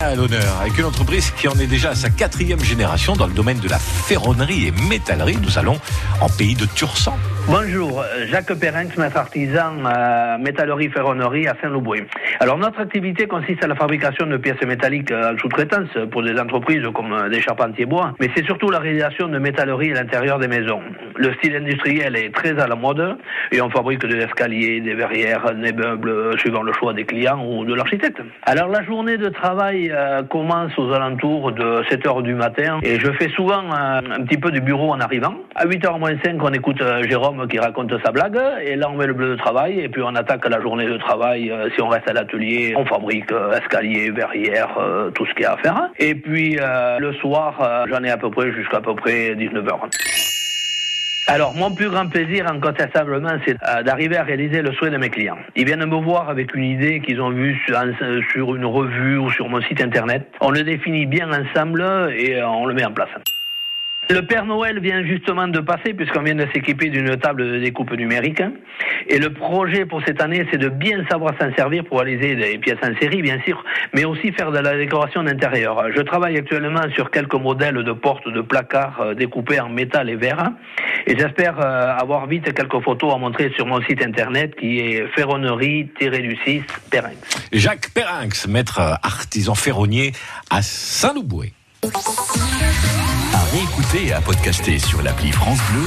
à l'honneur avec une entreprise qui en est déjà à sa 4e génération dans le domaine de la ferronnerie et métallerie. Nous allons en pays de Tursan. Bonjour, Jacques Perrinx, maître artisan métallerie-ferronnerie à Saint-Louboué. Alors notre activité consiste à la fabrication de pièces métalliques en sous-traitance pour des entreprises comme des charpentiers bois, mais c'est surtout la réalisation de métallerie à l'intérieur des maisons. Le style industriel est très à la mode et on fabrique des escaliers, des verrières, des meubles suivant le choix des clients ou de l'architecte. Alors la journée de travail commence aux alentours de 7h du matin et je fais souvent un petit peu du bureau en arrivant. À 8h moins 5, on écoute Jérôme qui raconte sa blague, et là on met le bleu de travail, et puis on attaque la journée de travail. Si on reste à l'atelier, on fabrique escalier, verrière, tout ce qu'il y a à faire. Et puis le soir, j'en ai à peu près jusqu'à peu près 19h. Alors, mon plus grand plaisir, incontestablement, c'est d'arriver à réaliser le souhait de mes clients. Ils viennent me voir avec une idée qu'ils ont vue sur une revue ou sur mon site internet. On le définit bien ensemble et on le met en place. Le Père Noël vient justement de passer puisqu'on vient de s'équiper d'une table de découpe numérique. Et le projet pour cette année, c'est de bien savoir s'en servir pour réaliser des pièces en série, bien sûr, mais aussi faire de la décoration d'intérieur. Je travaille actuellement sur quelques modèles de portes de placards découpés en métal et verre. Et j'espère avoir vite quelques photos à montrer sur mon site internet qui est ferronnerie-du-6 Perrinx. Jacques Perrinx, maître artisan ferronnier à Saint-Louboué. À réécouter et à podcaster sur l'appli France Bleu.